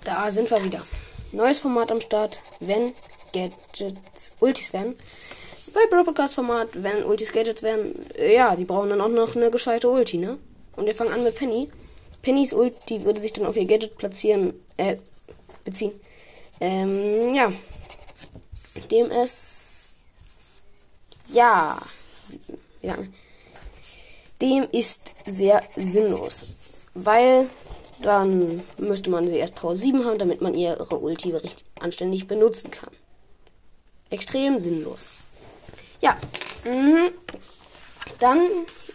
Da sind wir wieder. Neues Format am Start, wenn Gadgets Ultis werden. Bei Brawl Podcast Format, wenn Ultis Gadgets werden, ja, die brauchen dann auch noch eine gescheite Ulti, ne? Und wir fangen an mit Penny. Pennys Ulti würde sich dann auf ihr Gadget beziehen. Ja. Dem es, ja, wie sagen wir? Dem ist sehr sinnlos, weil dann müsste man sie erst Power 7 haben, damit man ihre Ulti richtig anständig benutzen kann. Extrem sinnlos. Ja, dann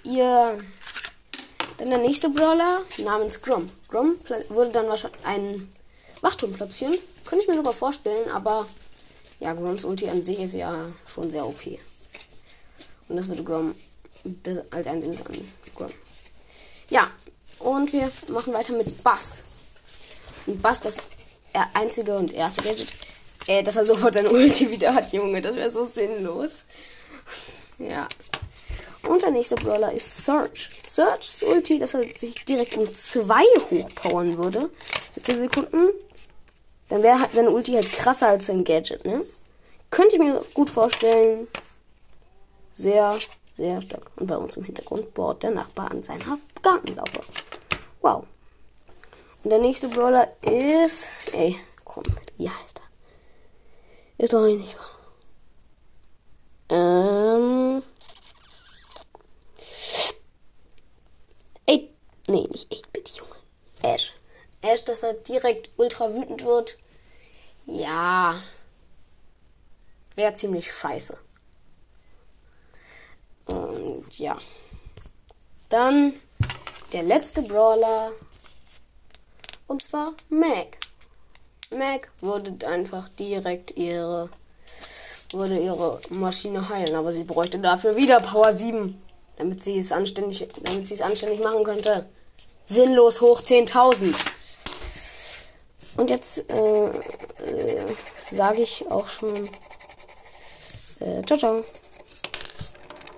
der nächste Brawler namens Grom. Grom würde dann wahrscheinlich einen Wachturm platzieren. Könnte ich mir sogar vorstellen, aber ja, Groms Ulti an sich ist ja schon sehr OP. Und das würde Grom als einziges an Grom. Ja, und wir machen weiter mit Bass. Und Bass, das einzige und erste Gadget, dass er sofort seine Ulti wieder hat, Junge. Das wäre so sinnlos. Ja. Und der nächste Brawler ist Surge. Surge's Ulti, dass er sich direkt um 2 hochpowern würde. Mit 10 Sekunden. Dann wäre seine Ulti halt krasser als sein Gadget, ne? Könnte ich mir gut vorstellen. Sehr, sehr stark. Und bei uns im Hintergrund baut der Nachbar an seiner Gartenlaube. Wow. Und der nächste Brawler ist... komm, wie heißt er? Ist doch nicht wahr. Nee, nicht 8-Bit, Junge. Ash. Ash, dass er direkt ultra wütend wird. Ja. Wäre ziemlich scheiße. Und ja. Dann der letzte Brawler. Und zwar Meg. Meg würde einfach direkt ihre Maschine heilen, aber sie bräuchte dafür wieder Power 7, damit sie es anständig machen könnte. Sinnlos hoch 10.000. Und jetzt sage ich auch schon ciao, ciao.